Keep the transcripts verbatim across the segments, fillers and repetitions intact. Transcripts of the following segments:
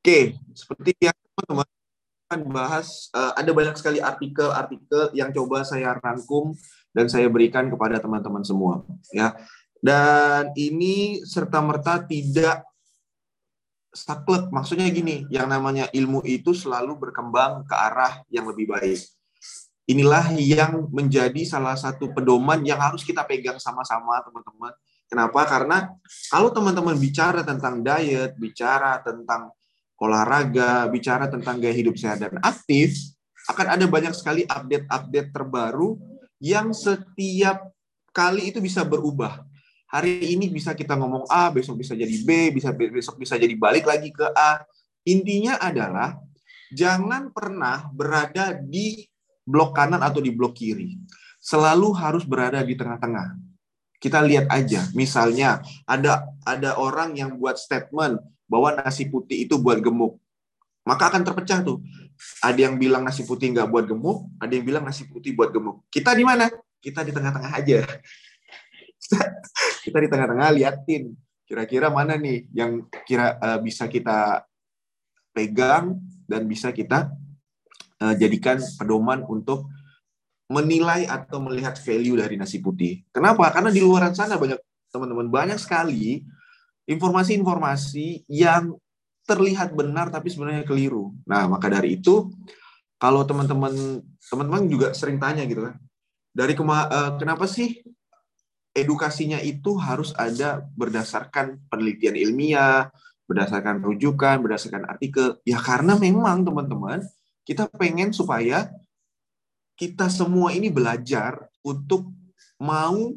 Oke, seperti yang teman-teman akan bahas, uh, ada banyak sekali artikel-artikel yang coba saya rangkum dan saya berikan kepada teman-teman semua, ya. Dan ini serta merta tidak saklek, maksudnya gini, yang namanya ilmu itu selalu berkembang ke arah yang lebih baik. Inilah yang menjadi salah satu pedoman yang harus kita pegang sama-sama, teman-teman. Kenapa? Karena kalau teman-teman bicara tentang diet, bicara tentang olahraga, bicara tentang gaya hidup sehat dan aktif, akan ada banyak sekali update-update terbaru yang setiap kali itu bisa berubah. Hari ini bisa kita ngomong A, besok bisa jadi B, bisa besok bisa jadi balik lagi ke A. Intinya adalah jangan pernah berada di blok kanan atau di blok kiri. Selalu harus berada di tengah-tengah. Kita lihat aja, misalnya ada ada orang yang buat statement bahwa nasi putih itu buat gemuk. Maka akan terpecah tuh. Ada yang bilang nasi putih nggak buat gemuk, ada yang bilang nasi putih buat gemuk. Kita di mana? Kita di tengah-tengah aja. Kita di tengah-tengah liatin kira-kira mana nih yang kira uh, bisa kita pegang dan bisa kita uh, jadikan pedoman untuk menilai atau melihat value dari nasi putih. Kenapa? Karena di luar sana banyak teman-teman banyak sekali informasi-informasi yang terlihat benar tapi sebenarnya keliru. Nah, maka dari itu kalau teman-teman teman-teman juga sering tanya gitu kan, dari kema- uh, kenapa sih edukasinya itu harus ada berdasarkan penelitian ilmiah, berdasarkan rujukan, berdasarkan artikel. Ya karena memang teman-teman, kita pengen supaya kita semua ini belajar untuk mau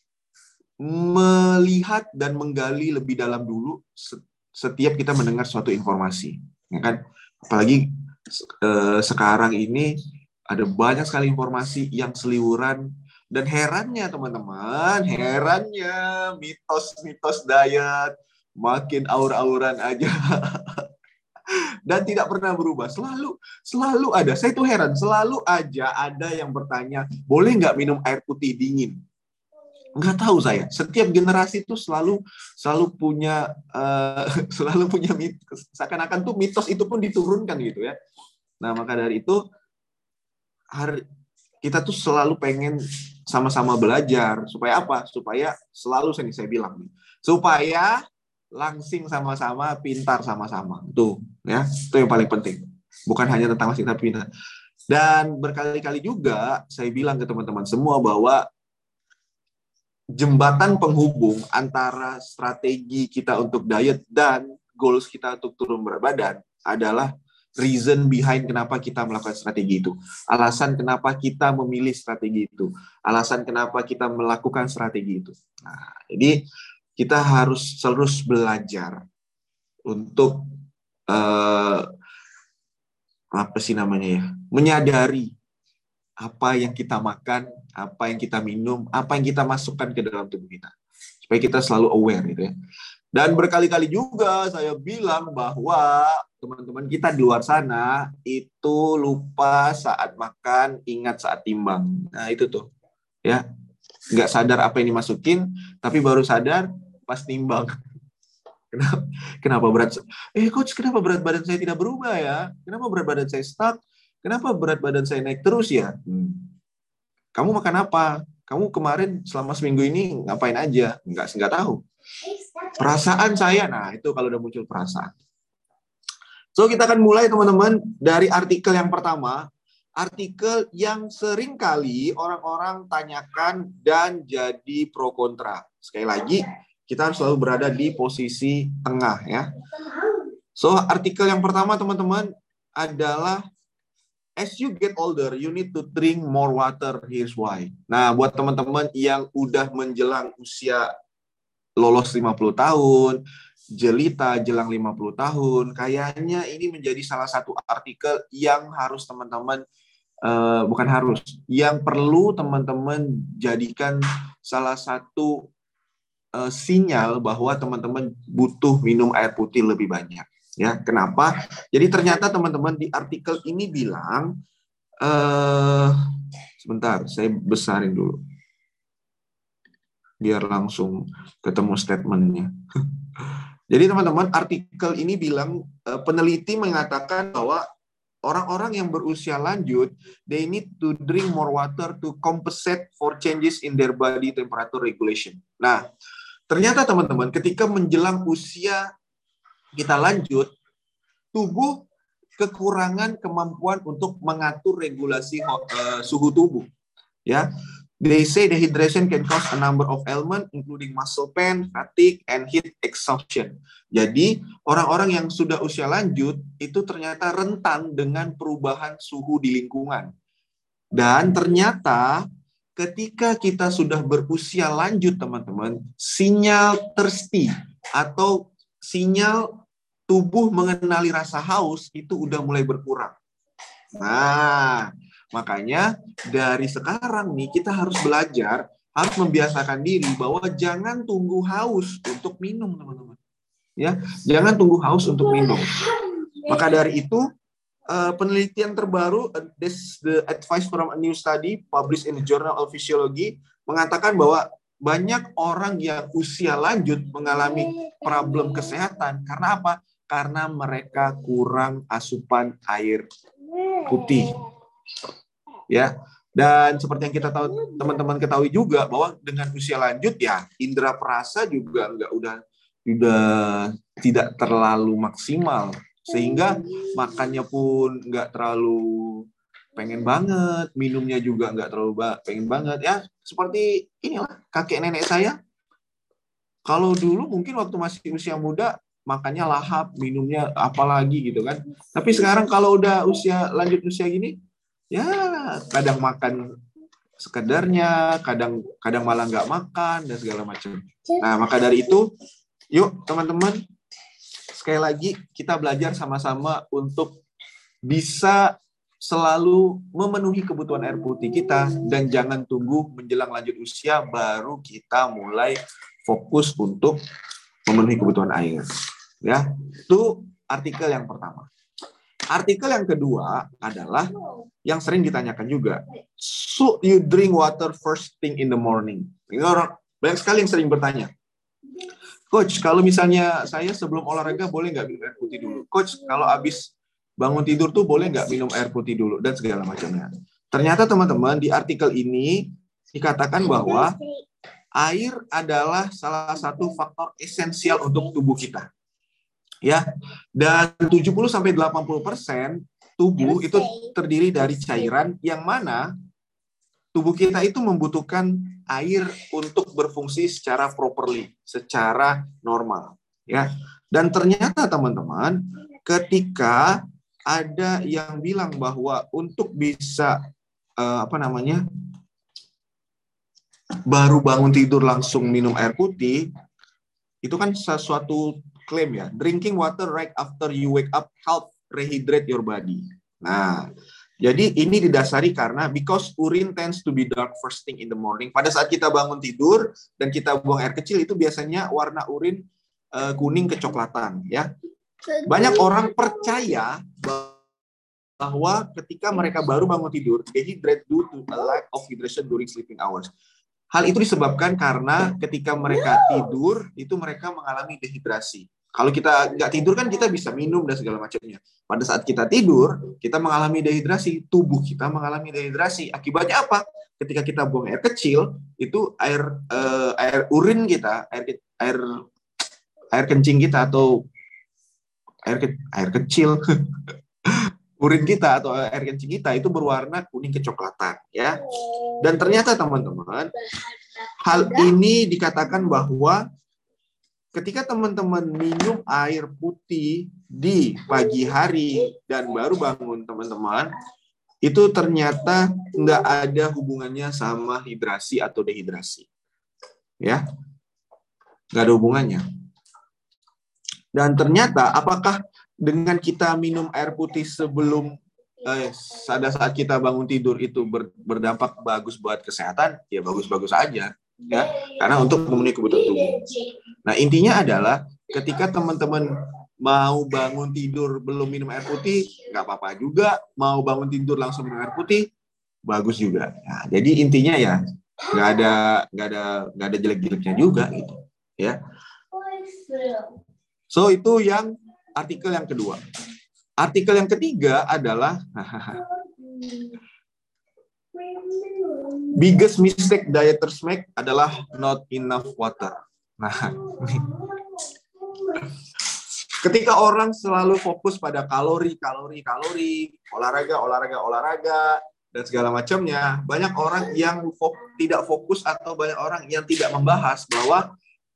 melihat dan menggali lebih dalam dulu setiap kita mendengar suatu informasi. Ya kan? Apalagi eh, sekarang ini ada banyak sekali informasi yang seliwuran. Dan herannya teman-teman, herannya mitos-mitos diet makin aur-auran aja dan tidak pernah berubah. Selalu selalu ada. Saya tuh heran, selalu aja ada yang bertanya, boleh nggak minum air putih dingin? Nggak tahu saya. Setiap generasi itu selalu selalu punya uh, selalu punya mitos. Seakan-akan tuh mitos itu pun diturunkan gitu ya. Nah maka dari itu hari kita tuh selalu pengen sama-sama belajar supaya apa? Supaya selalu saya saya bilang nih, supaya langsing sama-sama, pintar sama-sama. Tuh, ya. Itu yang paling penting. Bukan hanya tentang langsing tapi pintar. Dan berkali-kali juga saya bilang ke teman-teman semua bahwa jembatan penghubung antara strategi kita untuk diet dan goals kita untuk turun berat badan adalah reason behind kenapa kita melakukan strategi itu. Alasan kenapa kita memilih strategi itu. Alasan kenapa kita melakukan strategi itu. Nah, jadi kita harus terus belajar untuk uh, apa sih namanya ya? Menyadari apa yang kita makan, apa yang kita minum, apa yang kita masukkan ke dalam tubuh kita. Supaya kita selalu aware gitu ya. Dan berkali-kali juga saya bilang bahwa teman-teman kita di luar sana itu lupa saat makan, ingat saat timbang. Nah itu tuh, ya, nggak sadar apa yang dimasukin, tapi baru sadar pas timbang. Kenapa, kenapa berat? Eh coach, kenapa berat badan saya tidak berubah ya? Kenapa berat badan saya stuck? Kenapa berat badan saya naik terus ya? Hmm. Kamu makan apa? Kamu kemarin selama seminggu ini ngapain aja? Nggak, nggak tahu. Perasaan saya, nah itu kalau udah muncul perasaan. So kita akan mulai teman-teman dari artikel yang pertama, artikel yang sering kali orang-orang tanyakan dan jadi pro kontra. Sekali lagi, kita harus selalu berada di posisi tengah ya. So artikel yang pertama teman-teman adalah as you get older, you need to drink more water. Here's why. Nah, buat teman-teman yang udah menjelang usia lolos lima puluh tahun, jelita jelang lima puluh tahun, kayaknya ini menjadi salah satu artikel yang harus teman-teman, uh, bukan harus, yang perlu teman-teman jadikan salah satu uh, sinyal bahwa teman-teman butuh minum air putih lebih banyak. Ya, kenapa? Jadi ternyata teman-teman di artikel ini bilang, uh, sebentar, saya besarin dulu, biar langsung ketemu statementnya. Jadi teman-teman, artikel ini bilang, peneliti mengatakan bahwa orang-orang yang berusia lanjut, they need to drink more water to compensate for changes in their body temperature regulation. Nah, ternyata teman-teman, ketika menjelang usia kita lanjut, tubuh kekurangan kemampuan untuk mengatur regulasi uh, suhu tubuh. Ya, they say dehydration can cause a number of ailments, including muscle pain, fatigue, and heat exhaustion. Jadi, orang-orang yang sudah usia lanjut itu ternyata rentan dengan perubahan suhu di lingkungan. Dan ternyata ketika kita sudah berusia lanjut, teman-teman, sinyal thirsty atau sinyal tubuh mengenali rasa haus itu udah mulai berkurang. Nah, makanya dari sekarang nih kita harus belajar, harus membiasakan diri bahwa jangan tunggu haus untuk minum, teman-teman. Ya, jangan tunggu haus untuk minum. Maka dari itu, uh, penelitian terbaru, uh, this the advice from a new study published in the Journal of Physiology mengatakan bahwa banyak orang yang usia lanjut mengalami problem kesehatan karena apa? Karena mereka kurang asupan air putih. Ya. Dan seperti yang kita tahu, teman-teman ketahui juga bahwa dengan usia lanjut ya indera perasa juga enggak udah udah tidak terlalu maksimal sehingga makannya pun enggak terlalu pengen banget, minumnya juga enggak terlalu pengen banget ya. Seperti inilah kakek nenek saya. Kalau dulu mungkin waktu masih usia muda makannya lahap, minumnya apalagi gitu kan. Tapi sekarang kalau udah usia lanjut usia gini, ya kadang makan sekedarnya, kadang kadang malah nggak makan dan segala macam. Nah maka dari itu, yuk teman-teman, sekali lagi kita belajar sama-sama untuk bisa selalu memenuhi kebutuhan air putih kita dan jangan tunggu menjelang lanjut usia baru kita mulai fokus untuk memenuhi kebutuhan air. Ya, itu artikel yang pertama. Artikel yang kedua adalah yang sering ditanyakan juga. Should you drink water first thing in the morning? Ini orang banyak sekali yang sering bertanya. Coach, kalau misalnya saya sebelum olahraga boleh nggak minum air putih dulu? Coach, kalau habis bangun tidur tuh boleh nggak minum air putih dulu? Dan segala macamnya. Ternyata teman-teman di artikel ini dikatakan bahwa air adalah salah satu faktor esensial untuk tubuh kita. Ya, dan tujuh puluh sampai delapan puluh persen tubuh itu terdiri dari cairan yang mana tubuh kita itu membutuhkan air untuk berfungsi secara properly, secara normal, ya. Dan ternyata teman-teman, ketika ada yang bilang bahwa untuk bisa uh, apa namanya? baru bangun tidur langsung minum air putih, itu kan sesuatu klaim ya, drinking water right after you wake up help rehydrate your body. Nah, jadi ini didasari karena because urine tends to be dark first thing in the morning. Pada saat kita bangun tidur dan kita buang air kecil itu biasanya warna urin uh, kuning kecoklatan ya. Banyak orang percaya bahwa ketika mereka baru bangun tidur, dehydrate due to a lack of hydration during sleeping hours. Hal itu disebabkan karena ketika mereka tidur itu mereka mengalami dehidrasi. Kalau kita nggak tidur kan kita bisa minum dan segala macamnya. Pada saat kita tidur, kita mengalami dehidrasi, tubuh kita mengalami dehidrasi. Akibatnya apa? Ketika kita buang air kecil, itu air eh, air urin kita, air air air kencing kita atau air ke, air kecil, urin kita atau air kencing kita itu berwarna kuning kecoklatan, ya. Dan ternyata teman-teman, hal ini dikatakan bahwa ketika teman-teman minum air putih di pagi hari dan baru bangun teman-teman, itu ternyata nggak ada hubungannya sama hidrasi atau dehidrasi. Ya, nggak ada hubungannya. Dan ternyata apakah dengan kita minum air putih sebelum eh, pada saat kita bangun tidur itu ber, berdampak bagus buat kesehatan? Ya bagus-bagus aja. Ya, karena untuk memenuhi kebutuhan tubuh. Nah, intinya adalah ketika teman-teman mau bangun tidur belum minum air putih, nggak apa-apa juga. Mau bangun tidur langsung minum air putih, bagus juga. Nah, jadi intinya ya nggak ada nggak ada nggak ada jelek-jeleknya juga gitu, ya. So itu yang artikel yang kedua. Artikel yang ketiga adalah biggest mistake dieters make adalah not enough water. Nah, ketika orang selalu fokus pada kalori, kalori, kalori, olahraga, olahraga, olahraga, dan segala macamnya, banyak orang yang fok- tidak fokus atau banyak orang yang tidak membahas bahwa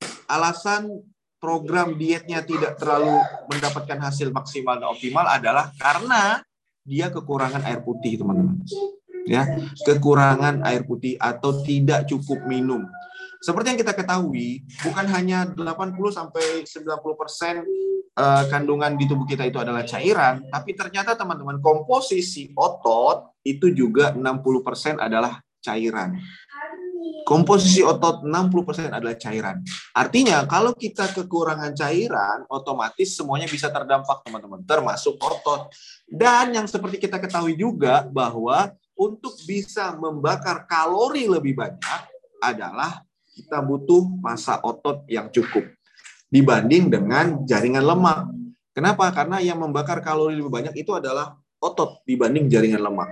alasan program dietnya tidak terlalu mendapatkan hasil maksimal dan optimal adalah karena dia kekurangan air putih, teman-teman. Ya, kekurangan air putih atau tidak cukup minum. Seperti yang kita ketahui, bukan hanya delapan puluh sampai sembilan puluh persen kandungan di tubuh kita itu adalah cairan, tapi ternyata teman-teman komposisi otot itu juga enam puluh persen adalah cairan. Komposisi otot enam puluh persen adalah cairan. Artinya kalau kita kekurangan cairan, otomatis semuanya bisa terdampak, teman-teman, termasuk otot. Dan yang seperti kita ketahui juga bahwa untuk bisa membakar kalori lebih banyak adalah kita butuh massa otot yang cukup dibanding dengan jaringan lemak. Kenapa? Karena yang membakar kalori lebih banyak itu adalah otot dibanding jaringan lemak.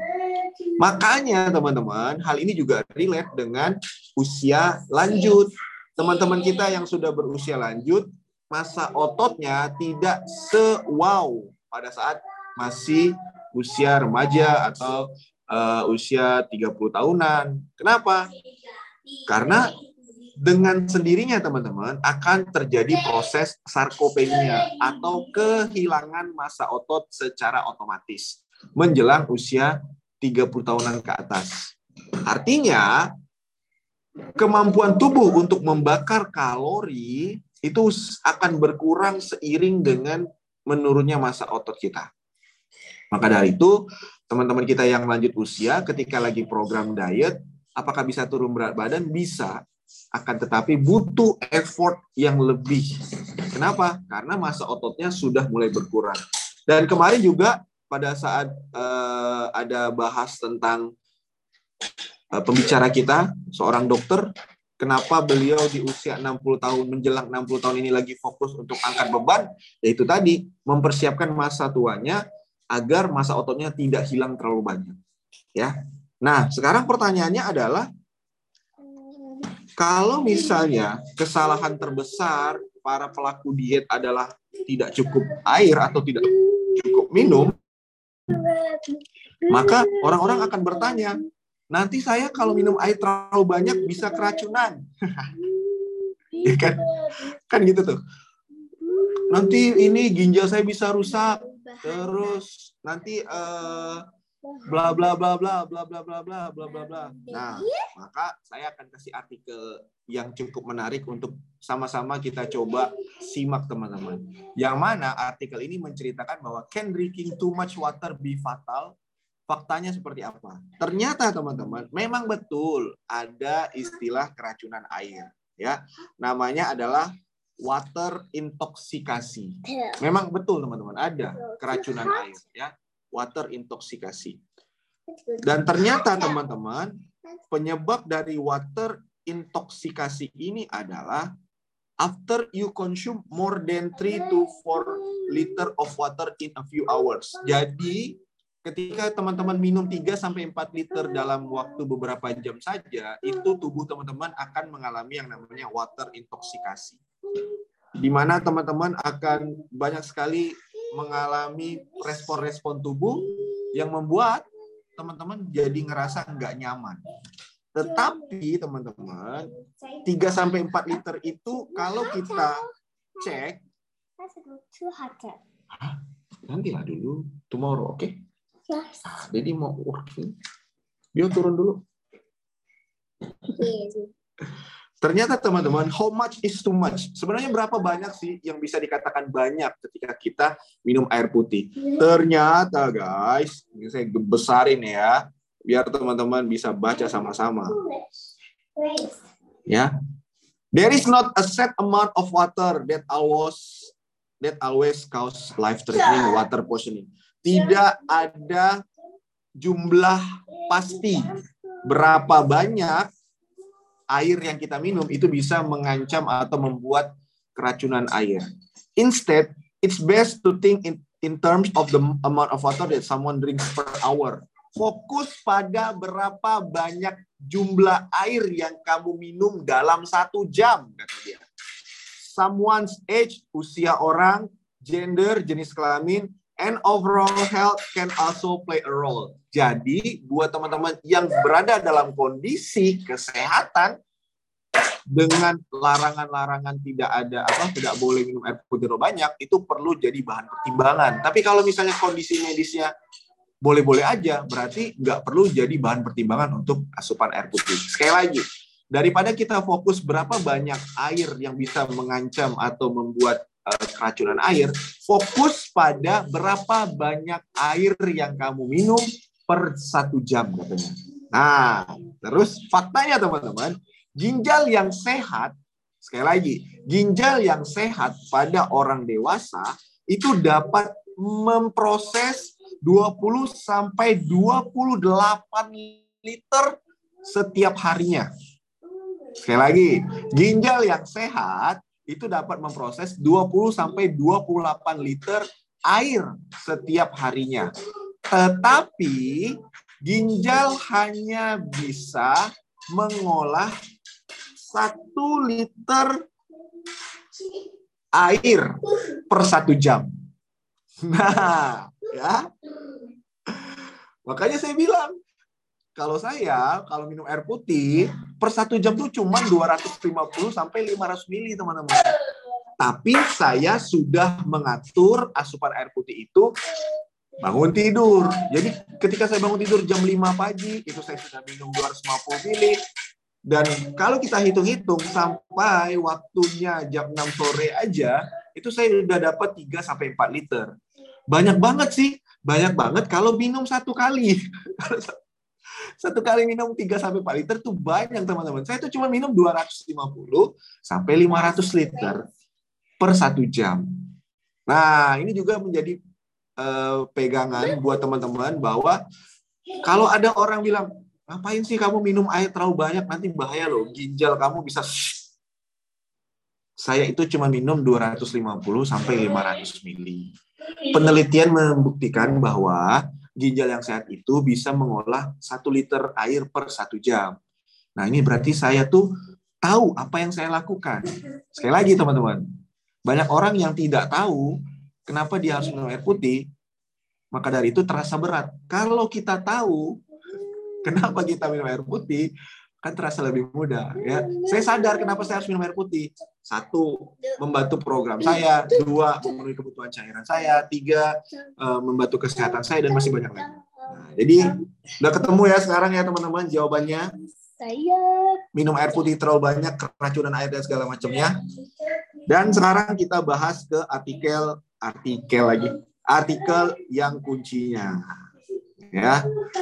Makanya teman-teman, hal ini juga relate dengan usia lanjut. Teman-teman kita yang sudah berusia lanjut, massa ototnya tidak se-wow pada saat masih usia remaja atau uh, usia tiga puluh tahunan. Kenapa? Karena dengan sendirinya teman-teman akan terjadi proses sarkopenia atau kehilangan massa otot secara otomatis menjelang usia tiga puluh tahunan ke atas. Artinya kemampuan tubuh untuk membakar kalori itu akan berkurang seiring dengan menurunnya massa otot kita. Maka dari itu teman-teman kita yang lanjut usia ketika lagi program diet, apakah bisa turun berat badan? Bisa. Akan tetapi butuh effort yang lebih. Kenapa? Karena massa ototnya sudah mulai berkurang. Dan kemarin juga pada saat uh, ada bahas tentang uh, pembicara kita, seorang dokter, kenapa beliau di usia enam puluh tahun, menjelang enam puluh tahun ini lagi fokus untuk angkat beban, yaitu tadi, mempersiapkan masa tuanya agar massa ototnya tidak hilang terlalu banyak. Ya. Nah, sekarang pertanyaannya adalah, kalau misalnya kesalahan terbesar para pelaku diet adalah tidak cukup air atau tidak cukup minum, maka orang-orang akan bertanya, nanti saya kalau minum air terlalu banyak bisa keracunan. Ya kan? Kan gitu tuh. Nanti ini ginjal saya bisa rusak, terus nanti uh, bla bla bla bla bla bla bla bla bla bla bla. Nah, maka saya akan kasih artikel yang cukup menarik untuk sama-sama kita coba simak, teman-teman. Yang mana artikel ini menceritakan bahwa can drinking too much water be fatal? Faktanya seperti apa? Ternyata teman-teman, memang betul ada istilah keracunan air, ya. Namanya adalah water intoxikasi. Memang betul teman-teman, ada keracunan air, ya. Water intoxikasi. Dan ternyata teman-teman, penyebab dari water intoxikasi ini adalah after you consume more than three to four liter of water in a few hours. Jadi, ketika teman-teman minum tiga sampai empat liter dalam waktu beberapa jam saja, itu tubuh teman-teman akan mengalami yang namanya water intoxikasi. Di mana teman-teman akan banyak sekali mengalami respon-respon tubuh yang membuat teman-teman jadi ngerasa nggak nyaman. Tetapi teman-teman, tiga sampai empat liter itu kalau kita cek, nantilah dulu, tomorrow, oke? Okay? Ah, Dedi mau working. Dia turun dulu. Ternyata teman-teman, how much is too much? Sebenarnya berapa banyak sih yang bisa dikatakan banyak ketika kita minum air putih? Ternyata guys, ini saya besarin ya, biar teman-teman bisa baca sama-sama. Ya, there is not a set amount of water that always that always cause life-threatening water poisoning. Tidak ada jumlah pasti berapa banyak air yang kita minum itu bisa mengancam atau membuat keracunan air. Instead, it's best to think in, in terms of the amount of water that someone drinks per hour. Fokus pada berapa banyak jumlah air yang kamu minum dalam satu jam, kata dia. Someone's age, usia orang, gender, jenis kelamin, and overall health can also play a role. Jadi, buat teman-teman yang berada dalam kondisi kesehatan, dengan larangan-larangan tidak ada apa tidak boleh minum air putih terlalu banyak, itu perlu jadi bahan pertimbangan. Tapi kalau misalnya kondisi medisnya boleh-boleh aja, berarti nggak perlu jadi bahan pertimbangan untuk asupan air putih. Sekali lagi, daripada kita fokus berapa banyak air yang bisa mengancam atau membuat uh, keracunan air, fokus pada berapa banyak air yang kamu minum per satu jam katanya. Nah, terus faktanya teman-teman, ginjal yang sehat, sekali lagi, ginjal yang sehat pada orang dewasa itu dapat memproses dua puluh sampai dua puluh delapan liter setiap harinya. Sekali lagi, ginjal yang sehat itu dapat memproses dua puluh sampai dua puluh delapan liter air setiap harinya. Tetapi ginjal hanya bisa mengolah satu liter air per satu jam. Nah, ya. Makanya saya bilang, kalau saya, kalau minum air putih, per satu jam tuh cuma dua ratus lima puluh sampai lima ratus mili, teman-teman. Tapi saya sudah mengatur asupan air putih itu bangun tidur. Jadi ketika saya bangun tidur jam lima pagi, itu saya sudah minum dua ratus lima puluh mili. Dan kalau kita hitung-hitung sampai waktunya jam enam sore aja, itu saya udah dapat tiga sampai empat liter. Banyak banget sih, banyak banget kalau minum satu kali. Satu kali minum tiga sampai empat liter tuh banyak, teman-teman. Saya tuh cuma minum dua ratus lima puluh sampai lima ratus liter per satu jam. Nah, ini juga menjadi uh, pegangan buat teman-teman bahwa kalau ada orang bilang, ngapain sih kamu minum air terlalu banyak, nanti bahaya loh, ginjal kamu bisa. Saya itu cuma minum dua ratus lima puluh sampai lima ratus mili. Penelitian membuktikan bahwa ginjal yang sehat itu bisa mengolah satu liter air per satu jam. Nah, ini berarti saya tuh tahu apa yang saya lakukan. Sekali lagi teman-teman, banyak orang yang tidak tahu kenapa dia harus minum air putih, maka dari itu terasa berat. Kalau kita tahu kenapa kita minum air putih, kan terasa lebih mudah. Ya, saya sadar kenapa saya harus minum air putih. Satu, membantu program saya. Dua, memenuhi kebutuhan cairan saya. Tiga, membantu kesehatan saya, dan masih banyak lagi. Nah, jadi udah ketemu ya sekarang ya teman-teman jawabannya. Saya Minum air putih terlalu banyak, keracunan air dan segala macamnya. Dan sekarang kita bahas ke artikel artikel lagi. Artikel yang kuncinya. Ya.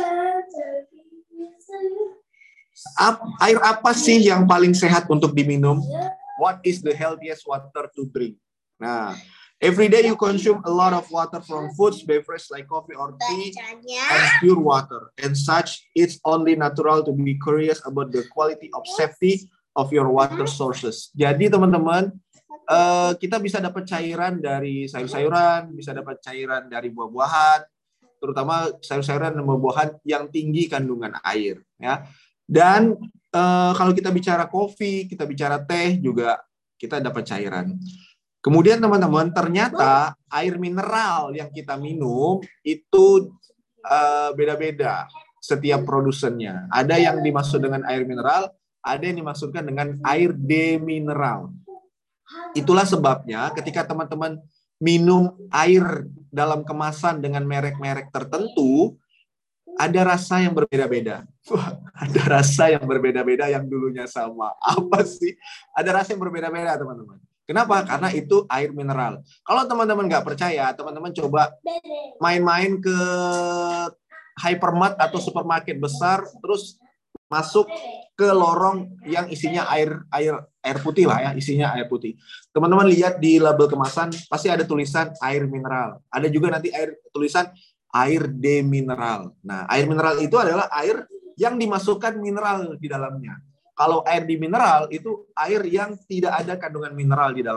Air apa sih yang paling sehat untuk diminum? What is the healthiest water to drink? Nah, every day you consume a lot of water from foods, beverages like coffee or tea, and pure water. And such, it's only natural to be curious about the quality of safety of your water sources. Jadi teman-teman, uh, kita bisa dapat cairan dari sayur-sayuran, bisa dapat cairan dari buah-buahan, terutama sayur-sayuran dan buah-buahan yang tinggi kandungan air. Ya. Dan uh, kalau kita bicara kopi, kita bicara teh juga kita dapat cairan. Kemudian teman-teman, ternyata air mineral yang kita minum itu uh, beda-beda setiap produsennya. Ada yang dimaksud dengan air mineral, ada yang dimaksudkan dengan air demineral. Itulah sebabnya ketika teman-teman minum air dalam kemasan dengan merek-merek tertentu, ada rasa yang berbeda-beda. Ada rasa yang berbeda-beda yang dulunya sama. Apa sih? Ada rasa yang berbeda-beda, teman-teman. Kenapa? Karena itu air mineral. Kalau teman-teman nggak percaya, teman-teman coba main-main ke hypermart atau supermarket besar, terus masuk ke lorong yang isinya air air air putih lah ya, isinya air putih. Teman-teman lihat di label kemasan, pasti ada tulisan air mineral. Ada juga nanti air tulisan air demineral. Nah, air mineral itu adalah air yang dimasukkan mineral di dalamnya. Kalau air demineral itu air yang tidak ada kandungan mineral di dalamnya.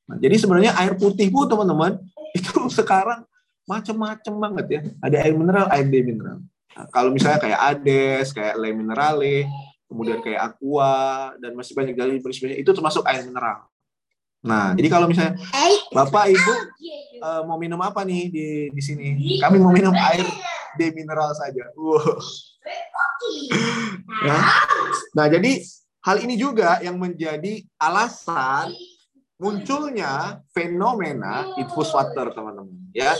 Nah, jadi sebenarnya air putih pun teman-teman itu sekarang macam-macam banget ya. Ada air mineral, air demineral. Nah, kalau misalnya kayak Ades, kayak Le Minerale, kemudian kayak Aqua, dan masih banyak dari itu termasuk air mineral. Nah, jadi kalau misalnya Bapak Ibu uh, mau minum apa nih di di sini? Kami mau minum air demineral saja. Wow. Ya. Nah, jadi hal ini juga yang menjadi alasan munculnya fenomena infused water, teman-teman. Ya,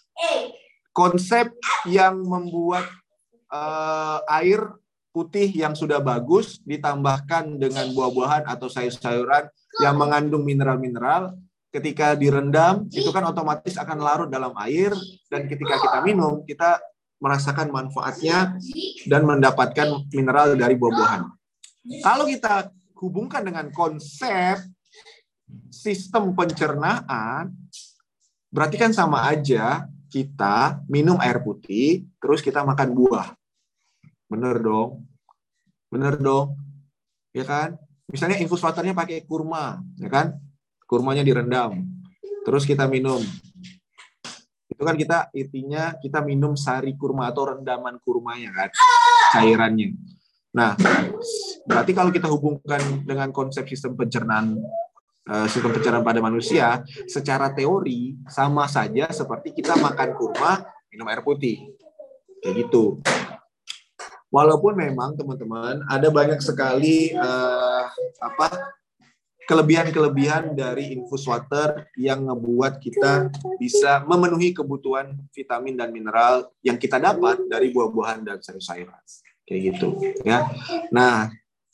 konsep yang membuat uh, air putih yang sudah bagus ditambahkan dengan buah-buahan atau sayur-sayuran yang mengandung mineral-mineral, ketika direndam itu kan otomatis akan larut dalam air, dan ketika kita minum kita merasakan manfaatnya dan mendapatkan mineral dari buah-buahan. Kalau kita hubungkan dengan konsep sistem pencernaan, berarti kan sama aja kita minum air putih terus kita makan buah. Bener dong? Bener dong? Ya kan? Misalnya infus waternya pakai kurma, ya kan? Kurmanya direndam, terus kita minum. Itu kan kita intinya kita minum sari kurma atau rendaman kurmanya kan, cairannya. Nah, berarti kalau kita hubungkan dengan konsep sistem pencernaan, sistem pencernaan pada manusia, secara teori sama saja seperti kita makan kurma, minum air putih, kayak gitu. Walaupun memang teman-teman ada banyak sekali uh, apa kelebihan-kelebihan dari infused water yang ngebuat kita bisa memenuhi kebutuhan vitamin dan mineral yang kita dapat dari buah-buahan dan sayur-sayuran, kayak gitu ya. Nah,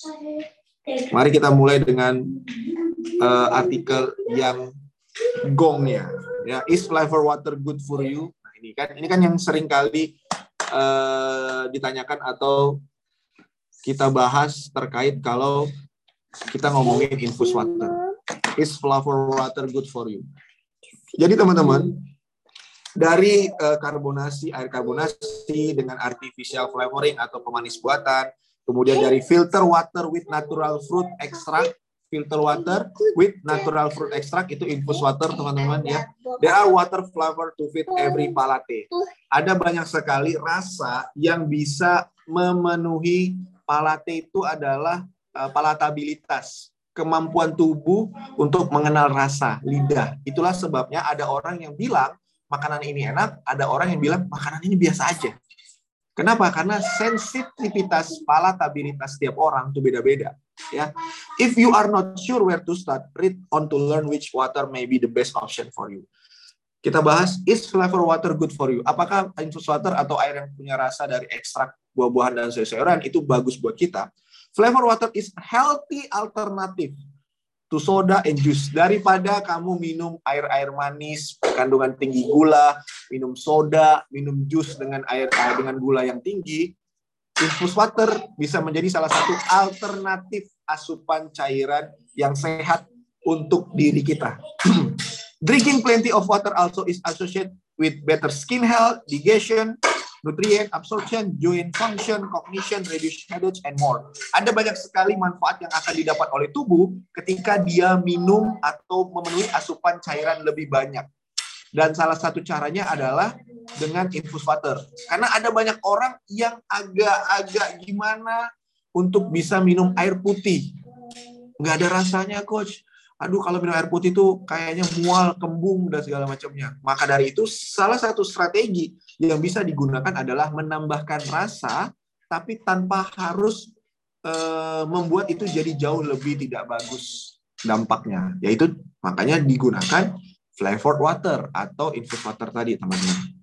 mari kita mulai dengan uh, artikel yang gongnya ya. Is flavor water good for you? Nah, ini kan ini kan yang sering kali Uh, ditanyakan atau kita bahas terkait kalau kita ngomongin infused water. Is flavor water good for you? Jadi teman-teman, dari uh, karbonasi, air karbonasi dengan artificial flavoring atau pemanis buatan, kemudian dari filter water with natural fruit extract, filter water with natural fruit extract itu infused water, teman-teman ya. There are water flavor to fit every palate. Ada banyak sekali rasa yang bisa memenuhi palate, itu adalah uh, palatabilitas, kemampuan tubuh untuk mengenal rasa lidah. Itulah sebabnya ada orang yang bilang makanan ini enak, ada orang yang bilang makanan ini biasa aja. Kenapa? Karena sensitivitas palatabilitas setiap orang itu beda-beda. Ya, if you are not sure where to start, read on to learn which water may be the best option for you. Kita bahas, is flavor water good for you? Apakah infused water atau air yang punya rasa dari ekstrak buah-buahan dan sayur-sayuran itu bagus buat kita? Flavor water is healthy alternative to soda and juice. Daripada kamu minum air-air manis kandungan tinggi gula, minum soda, minum jus dengan air dengan gula yang tinggi, infused water bisa menjadi salah satu alternatif asupan cairan yang sehat untuk diri kita. Drinking plenty of water also is associated with better skin health, digestion, nutrient absorption, joint function, cognition, reduce headache, and more. Ada banyak sekali manfaat yang akan didapat oleh tubuh ketika dia minum atau memenuhi asupan cairan lebih banyak. Dan salah satu caranya adalah dengan infused water. Karena ada banyak orang yang agak-agak gimana untuk bisa minum air putih. Nggak ada rasanya, Coach. Aduh, kalau minum air putih itu kayaknya mual, kembung, dan segala macamnya. Maka dari itu, salah satu strategi yang bisa digunakan adalah menambahkan rasa, tapi tanpa harus e, membuat itu jadi jauh lebih tidak bagus dampaknya. Yaitu makanya digunakan flavored water atau infused water tadi, teman-teman.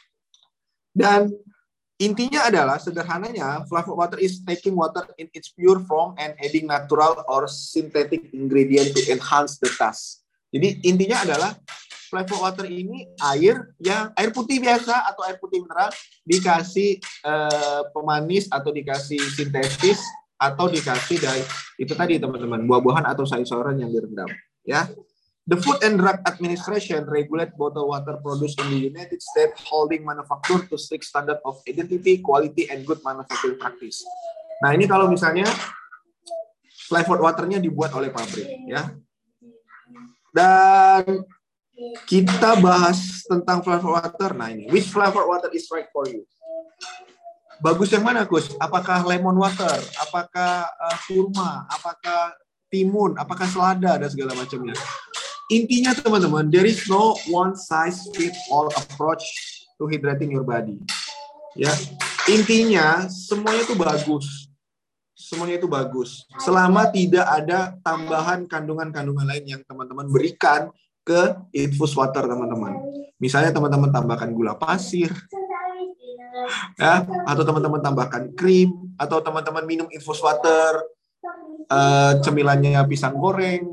Dan intinya adalah sederhananya, flavored water is taking water in its pure form and adding natural or synthetic ingredient to enhance the taste. Jadi intinya adalah flavored water ini air yang air putih biasa atau air putih mineral dikasih eh, pemanis atau dikasih sintetis atau dikasih dari itu tadi, teman-teman, buah-buahan atau sayur-sayuran yang direndam, ya. The Food and Drug Administration regulate bottled water produced in the United States, holding manufacturer to strict standard of identity, quality, and good manufacturing practice. Nah, ini kalau misalnya flavored waternya dibuat oleh pabrik, ya. Dan kita bahas tentang flavor water. Nah ini, which flavor water is right for you? Bagus yang mana, Gus? Apakah lemon water? Apakah uh, kurma? Apakah timun? Apakah selada? Dan segala macamnya. Intinya teman-teman, there is no one size fit all approach to hydrating your body. Ya, intinya semuanya itu bagus. Semuanya itu bagus. Selama tidak ada tambahan kandungan-kandungan lain yang teman-teman berikan ke infus water teman-teman. Misalnya teman-teman tambahkan gula pasir, ya, atau teman-teman tambahkan krim, atau teman-teman minum infus water, uh, cemilannya pisang goreng,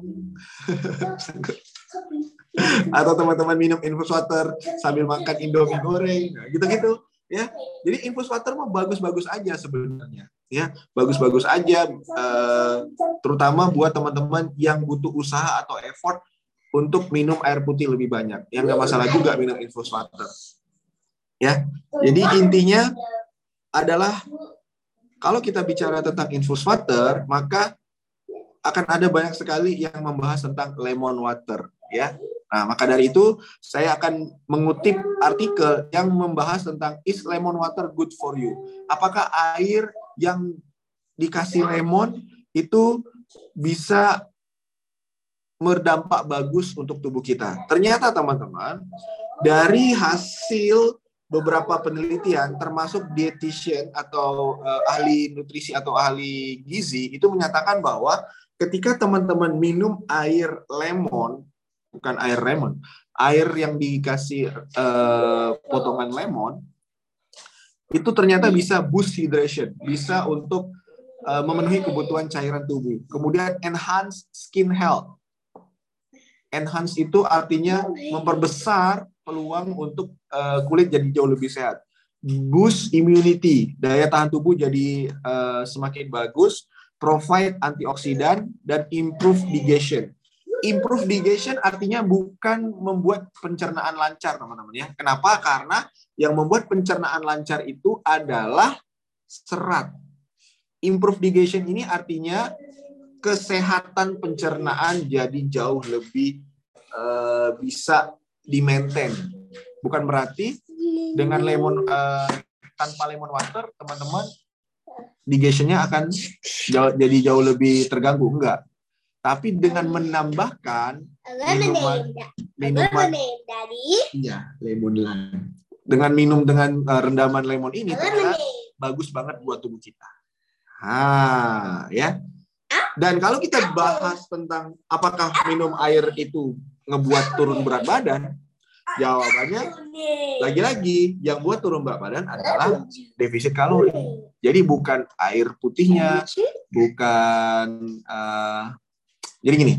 atau teman-teman minum infus water sambil makan indomie goreng, nah, gitu-gitu, ya. Jadi infus water mah bagus-bagus aja sebenarnya, ya, bagus-bagus aja, uh, terutama buat teman-teman yang butuh usaha atau effort untuk minum air putih lebih banyak. Yang nggak masalah juga minum infus water. Ya, jadi intinya adalah kalau kita bicara tentang infus water, maka akan ada banyak sekali yang membahas tentang lemon water. Ya, nah maka dari itu saya akan mengutip artikel yang membahas tentang is lemon water good for you? Apakah air yang dikasih lemon itu bisa berdampak bagus untuk tubuh kita? Ternyata teman-teman, dari hasil beberapa penelitian termasuk dietitian atau uh, ahli nutrisi atau ahli gizi itu menyatakan bahwa ketika teman-teman minum air lemon, bukan air lemon, air yang dikasih uh, potongan lemon, itu ternyata bisa boost hydration, bisa untuk uh, memenuhi kebutuhan cairan tubuh. Kemudian enhance skin health. Enhance itu artinya memperbesar peluang untuk uh, kulit jadi jauh lebih sehat. Boost immunity, daya tahan tubuh jadi uh, semakin bagus. Provide antioksidan dan improve digestion. Improve digestion artinya bukan membuat pencernaan lancar, teman-teman ya. Kenapa? Karena yang membuat pencernaan lancar itu adalah serat. Improve digestion ini artinya kesehatan pencernaan jadi jauh lebih uh, bisa di-maintain. Bukan berarti dengan lemon uh, tanpa lemon water, teman-teman, digestionnya akan jauh, jadi jauh lebih terganggu. Enggak. Tapi dengan menambahkan minuman, minuman iya, lemon lime. Dengan minum dengan uh, rendaman lemon ini, ternyata bagus banget buat tubuh kita. Ah, ya. Dan kalau kita bahas tentang apakah minum air itu ngebuat turun berat badan, jawabannya lagi-lagi yang buat turun berat badan adalah defisit kalori. Jadi bukan air putihnya, bukan uh, jadi gini.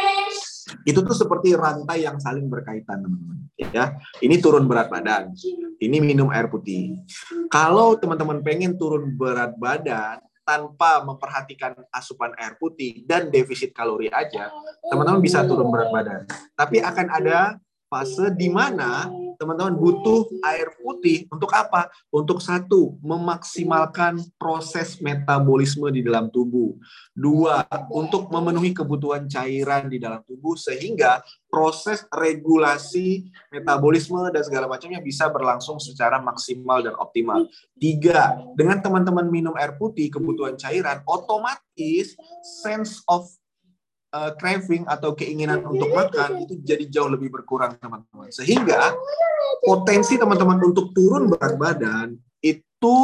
Itu tuh seperti rantai yang saling berkaitan, teman-teman. Ya, ini turun berat badan, ini minum air putih. Kalau teman-teman pengen turun berat badan tanpa memperhatikan asupan air putih dan defisit kalori aja, teman-teman bisa turun berat badan. Tapi akan ada fase di mana teman-teman butuh air putih untuk apa? Untuk satu, memaksimalkan proses metabolisme di dalam tubuh. Dua, untuk memenuhi kebutuhan cairan di dalam tubuh sehingga proses regulasi metabolisme dan segala macamnya bisa berlangsung secara maksimal dan optimal. Tiga, dengan teman-teman minum air putih, kebutuhan cairan, otomatis sense of uh, craving atau keinginan untuk makan itu jadi jauh lebih berkurang, teman-teman. Sehingga potensi teman-teman untuk turun berat badan itu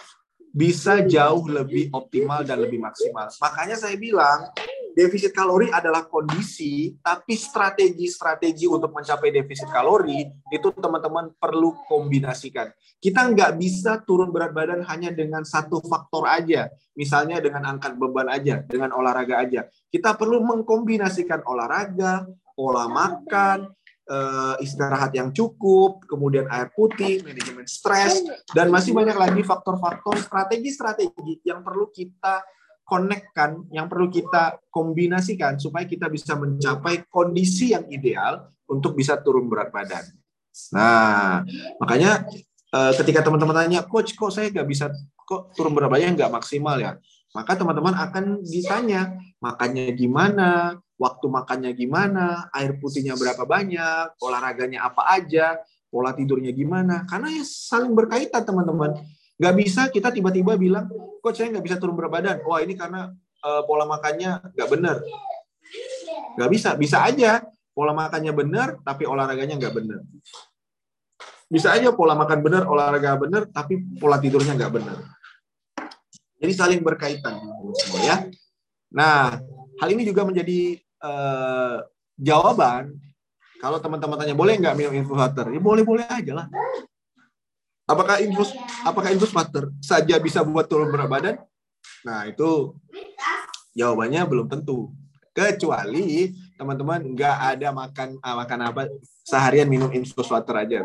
bisa jauh lebih optimal dan lebih maksimal. Makanya saya bilang, defisit kalori adalah kondisi, tapi strategi-strategi untuk mencapai defisit kalori itu teman-teman perlu kombinasikan. Kita nggak bisa turun berat badan hanya dengan satu faktor aja. Misalnya dengan angkat beban aja, dengan olahraga aja. Kita perlu mengkombinasikan olahraga, pola makan, istirahat yang cukup, kemudian air putih, manajemen stres, dan masih banyak lagi faktor-faktor strategi-strategi yang perlu kita connect-kan, yang perlu kita kombinasikan supaya kita bisa mencapai kondisi yang ideal untuk bisa turun berat badan. Nah, makanya ketika teman-teman tanya, Coach, kok saya nggak bisa, kok turun berat badan nggak maksimal ya? Maka teman-teman akan ditanya, makannya gimana, waktu makannya gimana, air putihnya berapa banyak, olahraganya apa aja, pola tidurnya gimana. Karena ya saling berkaitan, teman-teman. Nggak bisa kita tiba-tiba bilang, kok saya nggak bisa turun berat badan. Wah, ini karena uh, pola makannya nggak benar. Nggak bisa. Bisa aja pola makannya benar, tapi olahraganya nggak benar. Bisa aja pola makan benar, olahraga benar, tapi pola tidurnya nggak benar. Jadi saling berkaitan semua ya. Nah, hal ini juga menjadi uh, jawaban kalau teman-teman tanya, boleh nggak minum infus water? Ya boleh-boleh aja lah. Apakah infus apakah infus water saja bisa buat turun berat badan? Nah, itu jawabannya belum tentu. Kecuali teman-teman nggak ada makan ah, makan apa seharian minum infus water aja.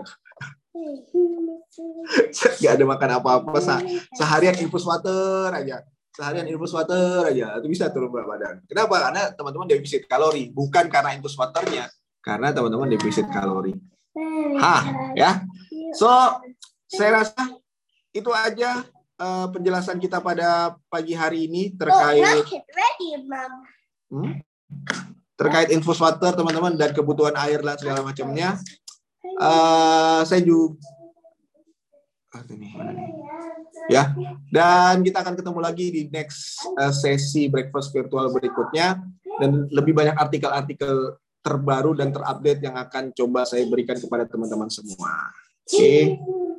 Nggak ada makan apa-apa seharian infus water aja. Seharian infus water aja, itu bisa turun berat badan. Kenapa? Karena teman-teman defisit kalori, bukan karena infus waternya, karena teman-teman defisit kalori. Hah, ya. So, saya rasa itu aja uh, penjelasan kita pada pagi hari ini terkait hmm, terkait infus water, teman-teman, dan kebutuhan air dan segala macamnya. Uh, saya juga ya, dan kita akan ketemu lagi di next uh, sesi breakfast virtual berikutnya, dan lebih banyak artikel-artikel terbaru dan terupdate yang akan coba saya berikan kepada teman-teman semua. Oke. Okay.